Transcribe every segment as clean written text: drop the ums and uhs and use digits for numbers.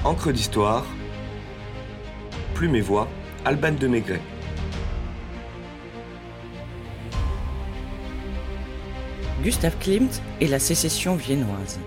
Encre d'histoire, Plume et Voix, Alban de Maigret. Gustav Klimt et la sécession viennoise.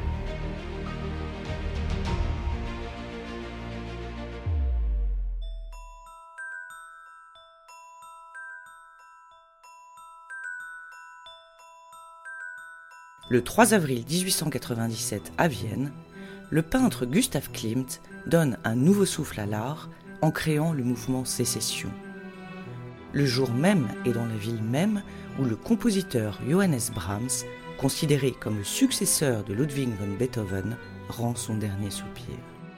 Le 3 avril 1897 à Vienne, le peintre Gustav Klimt donne un nouveau souffle à l'art en créant le mouvement sécession. Le jour même et dans la ville même où le compositeur Johannes Brahms, considéré comme le successeur de Ludwig van Beethoven, rend son dernier soupir.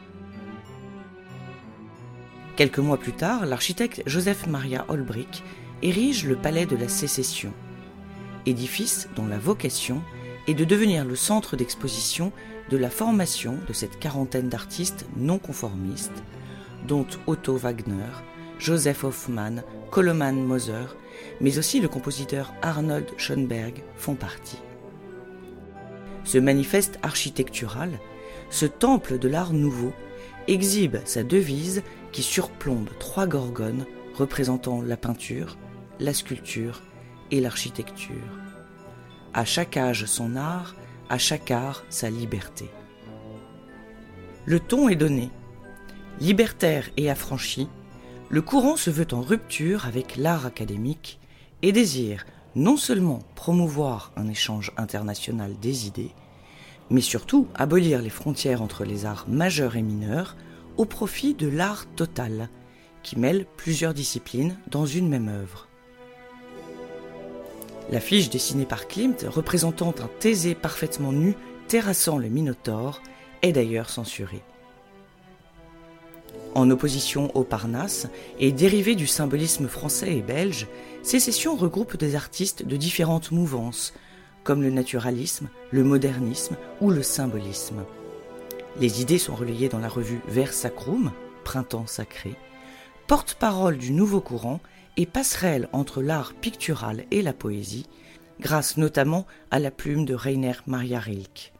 Quelques mois plus tard, l'architecte Joseph Maria Olbrich érige le Palais de la Sécession, édifice dont la vocation est de devenir le centre d'exposition de la formation de cette quarantaine d'artistes non conformistes, dont Otto Wagner, Joseph Hoffmann, Koloman Moser, mais aussi le compositeur Arnold Schoenberg font partie. Ce manifeste architectural, ce temple de l'art nouveau, exhibe sa devise qui surplombe 3 gorgones représentant la peinture, la sculpture et l'architecture. À chaque âge son art, à chaque art sa liberté. Le ton est donné. Libertaire et affranchi, le courant se veut en rupture avec l'art académique et désire non seulement promouvoir un échange international des idées, mais surtout abolir les frontières entre les arts majeurs et mineurs au profit de l'art total, qui mêle plusieurs disciplines dans une même œuvre. L'affiche dessinée par Klimt, représentant un Thésée parfaitement nu terrassant le Minotaure, est d'ailleurs censurée. En opposition au Parnasse et dérivée du symbolisme français et belge, Sécession regroupe des artistes de différentes mouvances, comme le naturalisme, le modernisme ou le symbolisme. Les idées sont relayées dans la revue Vers Sacrum, Printemps sacré, porte-parole du nouveau courant et passerelle entre l'art pictural et la poésie, grâce notamment à la plume de Rainer Maria Rilke.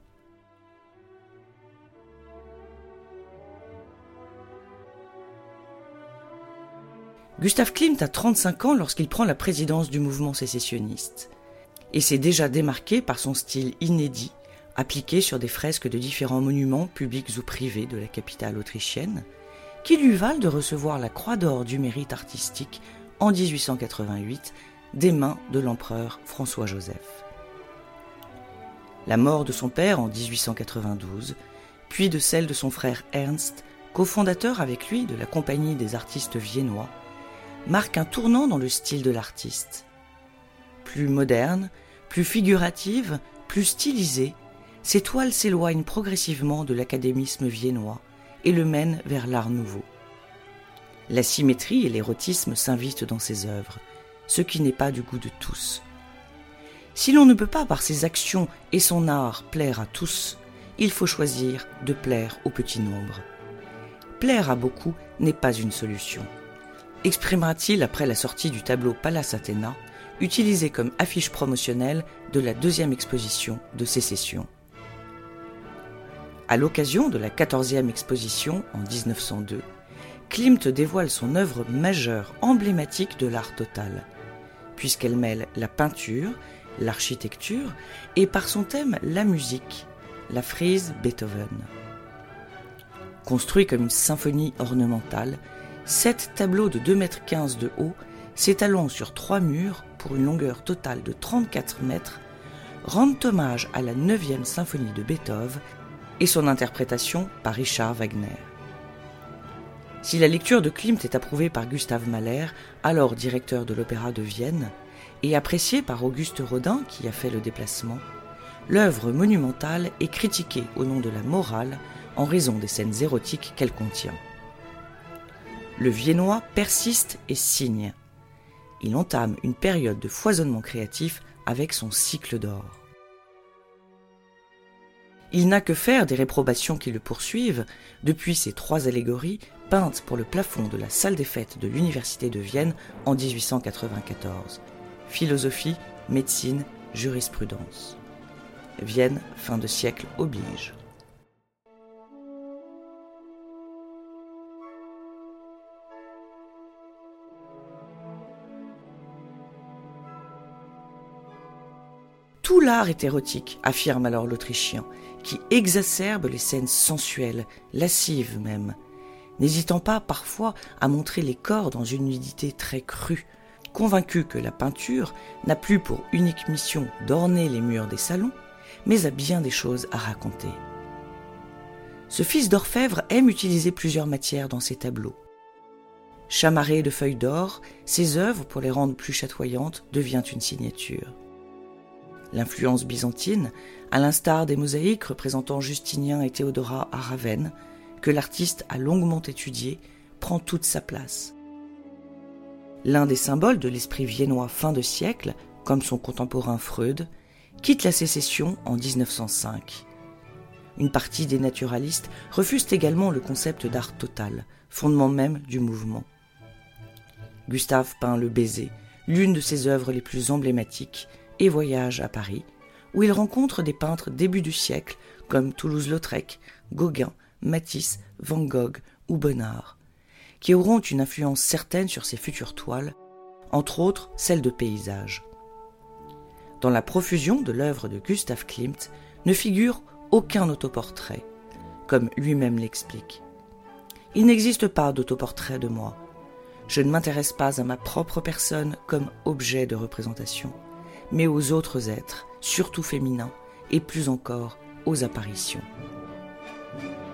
Gustav Klimt a 35 ans lorsqu'il prend la présidence du mouvement sécessionniste et s'est déjà démarqué par son style inédit, appliqué sur des fresques de différents monuments publics ou privés de la capitale autrichienne, qui lui valent de recevoir la Croix d'or du mérite artistique en 1888 des mains de l'empereur François-Joseph. La mort de son père en 1892, puis de celle de son frère Ernst, cofondateur avec lui de la Compagnie des artistes viennois, marque un tournant dans le style de l'artiste. Plus moderne, plus figurative, plus stylisée, ses toiles s'éloignent progressivement de l'académisme viennois et le mènent vers l'art nouveau. La symétrie et l'érotisme s'invitent dans ses œuvres, ce qui n'est pas du goût de tous. Si l'on ne peut pas par ses actions et son art plaire à tous, il faut choisir de plaire au petit nombre. Plaire à beaucoup n'est pas une solution, exprimera-t-il après la sortie du tableau Pallas Athéna, utilisé comme affiche promotionnelle de la 2e exposition de Sécession. À l'occasion de la 14e exposition en 1902, Klimt dévoile son œuvre majeure emblématique de l'art total, puisqu'elle mêle la peinture, l'architecture et par son thème la musique, la frise Beethoven. Construit comme une symphonie ornementale, 7 tableaux de 2,15 m de haut, s'étalant sur 3 murs pour une longueur totale de 34 mètres, rendent hommage à la 9e symphonie de Beethoven et son interprétation par Richard Wagner. Si la lecture de Klimt est approuvée par Gustav Mahler, alors directeur de l'Opéra de Vienne, et appréciée par Auguste Rodin qui a fait le déplacement, l'œuvre monumentale est critiquée au nom de la morale en raison des scènes érotiques qu'elle contient. Le Viennois persiste et signe. Il entame une période de foisonnement créatif avec son cycle d'or. Il n'a que faire des réprobations qui le poursuivent, depuis ses 3 allégories peintes pour le plafond de la salle des fêtes de l'Université de Vienne en 1894. Philosophie, médecine, jurisprudence. Vienne, fin de siècle oblige. Tout l'art est érotique, affirme alors l'Autrichien, qui exacerbe les scènes sensuelles, lascives même, n'hésitant pas parfois à montrer les corps dans une nudité très crue, convaincu que la peinture n'a plus pour unique mission d'orner les murs des salons, mais a bien des choses à raconter. Ce fils d'orfèvre aime utiliser plusieurs matières dans ses tableaux. Chamarré de feuilles d'or, ses œuvres, pour les rendre plus chatoyantes, devient une signature. L'influence byzantine, à l'instar des mosaïques représentant Justinien et Théodora à Ravenne, que l'artiste a longuement étudié, prend toute sa place. L'un des symboles de l'esprit viennois fin de siècle, comme son contemporain Freud, quitte la sécession en 1905. Une partie des naturalistes refusent également le concept d'art total, fondement même du mouvement. Gustave peint Le Baiser, l'une de ses œuvres les plus emblématiques, et voyage à Paris, où il rencontre des peintres début du siècle comme Toulouse-Lautrec, Gauguin, Matisse, Van Gogh ou Bonnard, qui auront une influence certaine sur ses futures toiles, entre autres celles de paysages. Dans la profusion de l'œuvre de Gustav Klimt ne figure aucun autoportrait, comme lui-même l'explique. Il n'existe pas d'autoportrait de moi. Je ne m'intéresse pas à ma propre personne comme objet de représentation, mais aux autres êtres, surtout féminins, et plus encore aux apparitions.